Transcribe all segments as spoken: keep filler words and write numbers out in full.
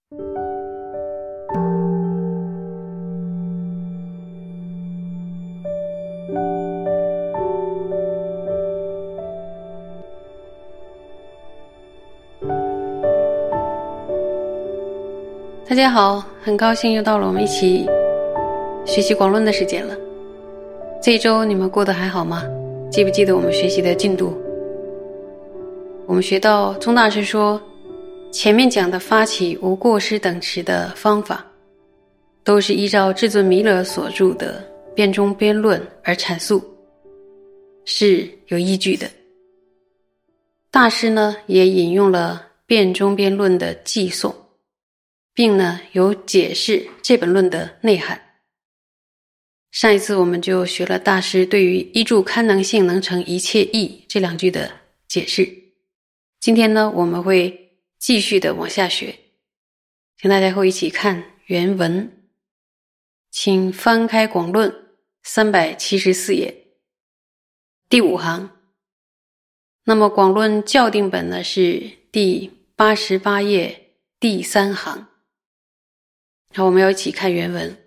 大家好，很高兴又到了我们一起学习广论的时间了。这一周你们过得还好吗？记不记得我们学习的进度？我们学到宗大师说，前面讲的发起无过失等持的方法，都是依照至尊弥勒所著的《辩中辩论》而阐述，是有依据的。大师呢也引用了《辩中辩论》的记诵，并呢有解释这本论的内涵。上一次我们就学了大师对于依著堪能性能成一切义这两句的解释。今天呢我们会继续的往下学，请大家和我一起看原文。请翻开广论三百七十四页第五行。那么广论校订本呢是第八十八页第三行。好，我们要一起看原文。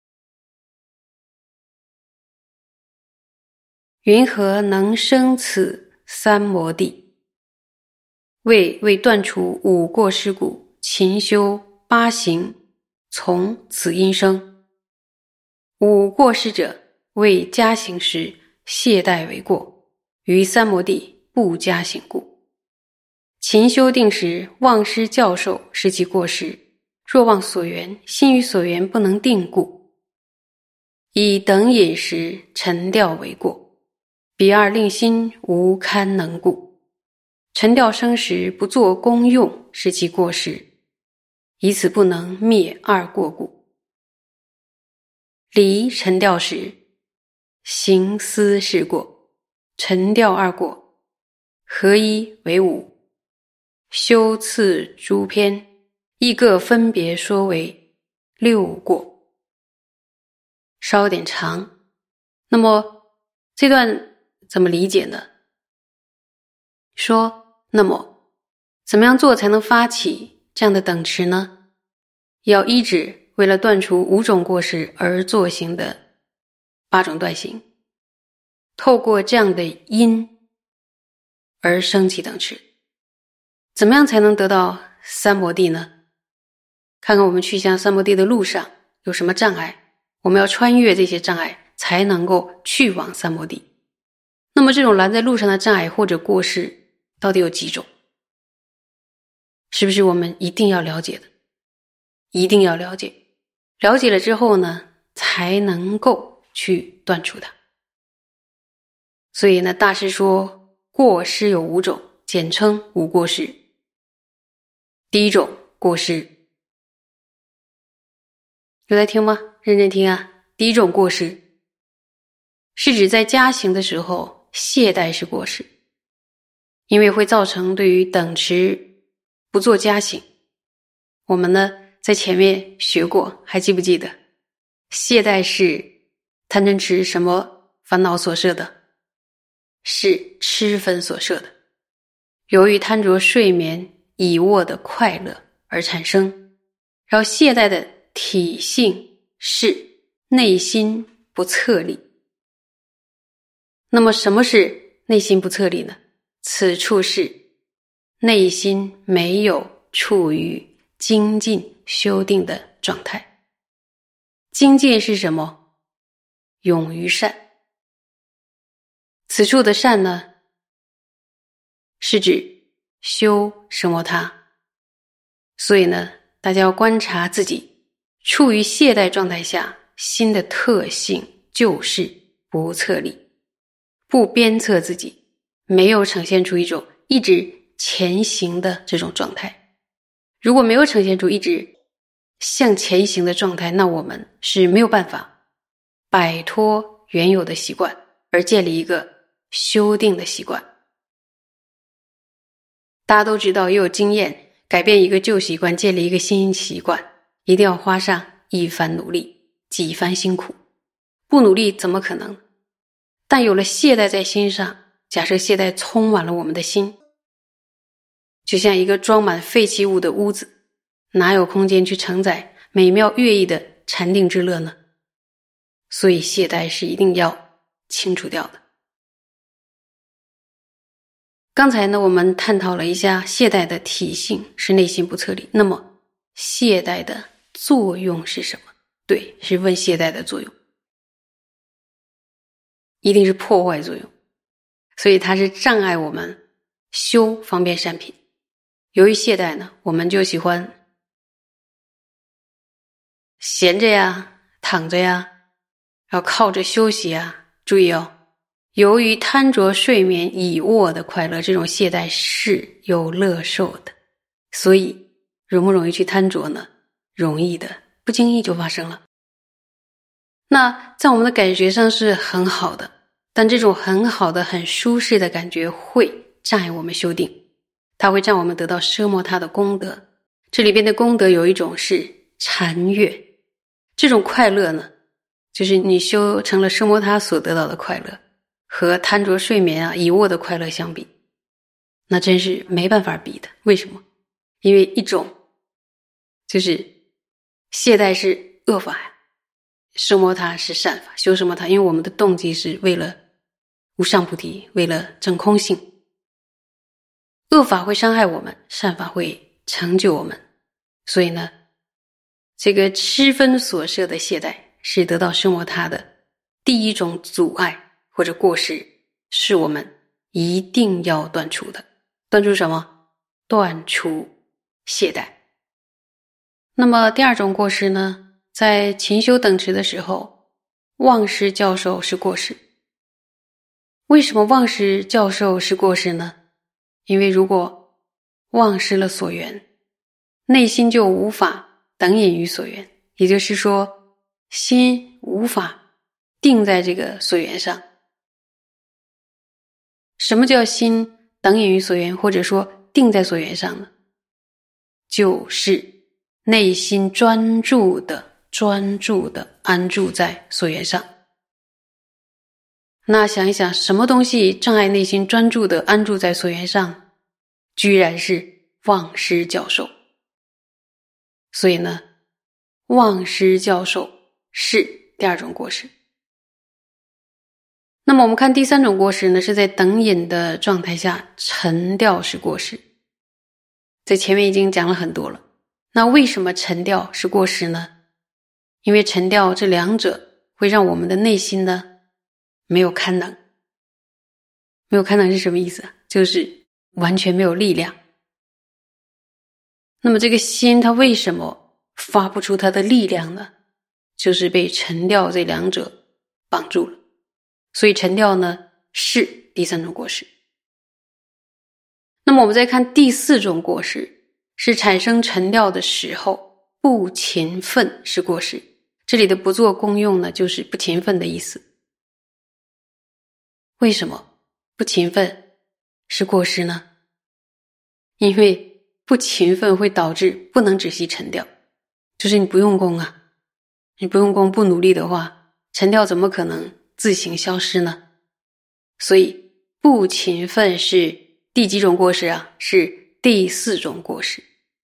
云何能生此三摩地？为为断除五过失故，勤修八行，从此因生。五过失者，为加行时懈怠为过，于三摩地不加行故。勤修定时忘失教授是其过失，若忘所缘，心于所缘不能定故。以等饮时沉掉为过，彼二令心无堪能故。沉掉生时不作功用是其过失，以此不能灭二过故。离沉掉时行思是过，沉掉二过，合一为五。修次诸篇亦各分别说为六过。稍有点长，那么这段怎么理解呢？说那么怎么样做才能发起这样的等持呢？要依止为了断除五种过失而做行的八种断行，透过这样的因而升起等持。怎么样才能得到三摩地呢？看看我们去向三摩地的路上有什么障碍，我们要穿越这些障碍才能够去往三摩地。那么这种拦在路上的障碍或者过失到底有几种？是不是我们一定要了解的？一定要了解。了解了之后呢，才能够去断除它。所以呢，大师说过失有五种，简称五过失。第一种过失，有在听吗？认真听啊。第一种过失是指在加行的时候懈怠是过失，因为会造成对于等持不做加行。我们呢在前面学过，还记不记得懈怠是贪嗔痴什么烦恼所摄的？是痴分所摄的。由于贪着睡眠倚卧的快乐而产生，然后懈怠的体性是内心不策力。那么什么是内心不策力呢？此处是内心没有处于精进修定的状态。精进是什么？勇于善。此处的善呢，是指修奢摩他。所以呢，大家要观察自己处于懈怠状态下心的特性，就是不策力，不鞭策自己，没有呈现出一种一直前行的这种状态。如果没有呈现出一直向前行的状态，那我们是没有办法摆脱原有的习惯，而建立一个修订的习惯。大家都知道，也有经验，改变一个旧习惯，建立一个新习惯，一定要花上一番努力，几番辛苦。不努力怎么可能？但有了懈怠在心上，假设懈怠充满了我们的心，就像一个装满废弃物的屋子， 哪有空间去承载美妙乐意的禅定之乐呢？所以懈怠是一定要清除掉的。刚才呢，我们探讨了一下懈怠的体性是内心不测理，那么懈怠的作用是什么？对，是问懈怠的作用，一定是破坏作用，所以它是障碍我们修方便善品。由于懈怠呢，我们就喜欢闲着呀，躺着呀，要靠着休息啊。注意哦，由于贪着睡眠倚卧的快乐，这种懈怠是有乐受的，所以容不容易去贪着呢？容易的，不经意就发生了。那在我们的感觉上是很好的，但这种很好的很舒适的感觉会障碍我们修定，它会让我们得到奢摩他的功德。这里边的功德有一种是禅悦，这种快乐呢，就是你修成了奢摩他所得到的快乐，和贪着睡眠啊倚卧的快乐相比，那真是没办法比的。为什么？因为一种就是懈怠是恶法呀，奢摩他是善法。修奢摩他，因为我们的动机是为了无上菩提，为了证空性。恶法会伤害我们，善法会成就我们。所以呢，这个痴分所摄的懈怠是得到奢摩他的第一种阻碍或者过失，是我们一定要断除的。断除什么？断除懈怠。那么第二种过失呢，在勤修等持的时候，忘失教授是过失。为什么忘失教授是过失呢？因为如果忘失了所缘，内心就无法等引于所缘，也就是说心无法定在这个所缘上。什么叫心等引于所缘，或者说定在所缘上呢？就是内心专注的专注的安住在所缘上。那想一想，什么东西障碍内心专注的安住在所缘上？居然是忘失教授。所以呢，忘失教授是第二种过失。那么我们看第三种过失呢，是在等引的状态下沉掉是过失。在前面已经讲了很多了。那为什么沉掉是过失呢？因为沉掉这两者会让我们的内心呢没有堪能。没有堪能是什么意思？就是完全没有力量。那么这个心它为什么发不出它的力量呢？就是被沉掉这两者绑住了。所以沉掉呢是第三种过失。那么我们再看第四种过失，是产生沉掉的时候不勤奋是过失。这里的不做功用呢，就是不勤奋的意思。为什么不勤奋是过失呢？因为不勤奋会导致不能止息沉掉，就是你不用功啊，你不用功不努力的话，沉掉怎么可能自行消失呢？所以不勤奋是第几种过失啊？是第四种过失。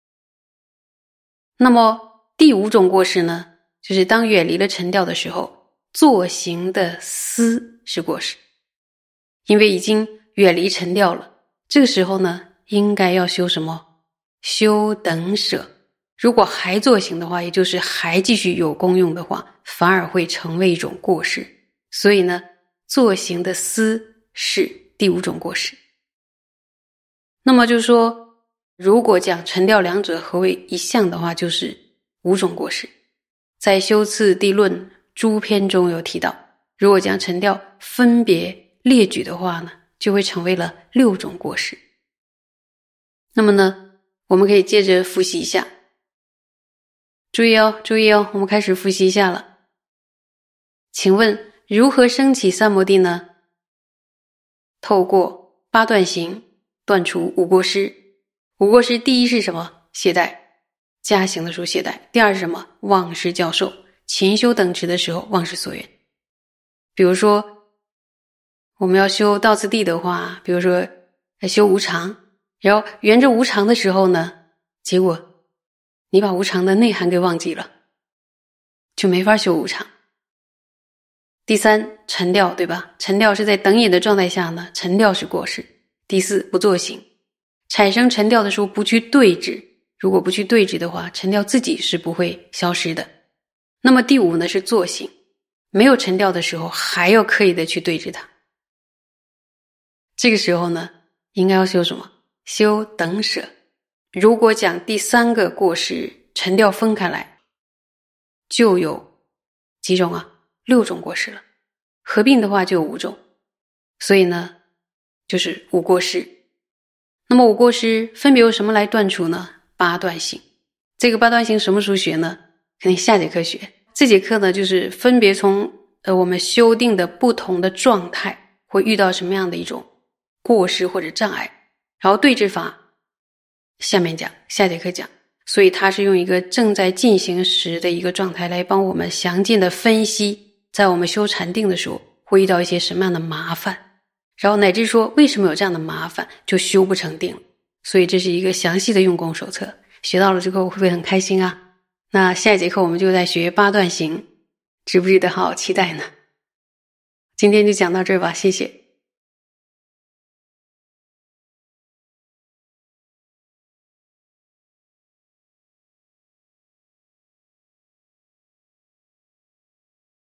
那么第五种过失呢，就是当远离了沉掉的时候，作行的思是过失。因为已经远离沉掉了，这个时候呢，应该要修什么？修等舍。如果还作行的话，也就是还继续有功用的话，反而会成为一种过失。所以呢，作行的思是第五种过失。那么就是说，如果讲沉掉两者合为一项的话，就是五种过失。在修次第论诸篇中有提到，如果将沉掉分别列举的话呢，就会成为了六种过失。那么呢，我们可以接着复习一下。注意哦，注意哦，我们开始复习一下了。请问如何升起三摩地呢？透过八段行断除五过失。五过失第一是什么？懈怠。加行的时候懈怠。第二是什么？忘失教授。勤修等持的时候忘失所缘。比如说我们要修道次第的话，比如说修无常，然后缘着无常的时候呢，结果你把无常的内涵给忘记了，就没法修无常。第三，沉掉，对吧？沉掉是在等引的状态下呢，沉掉是过失。第四，不作行，产生沉掉的时候不去对治，如果不去对治的话，沉掉自己是不会消失的。那么第五呢是作行，没有沉掉的时候还要刻意的去对治它。这个时候呢应该要修什么？修等舍。如果讲第三个过失沉掉分开来，就有几种啊？六种过失了，合并的话就有五种，所以呢就是五过失。那么五过失分别由什么来断除呢？八段行。这个八段行什么时候学呢？肯定下节课学。这节课呢就是分别从呃我们修订的不同的状态会遇到什么样的一种过失或者障碍，然后对治法下面讲，下节课讲。所以它是用一个正在进行时的一个状态来帮我们详尽的分析，在我们修禅定的时候会遇到一些什么样的麻烦，然后乃至说为什么有这样的麻烦就修不成定。所以这是一个详细的用功手册，学到了之后会不会很开心啊？那下一节课我们就在学八段行，值不值得好好期待呢？今天就讲到这儿吧，谢谢。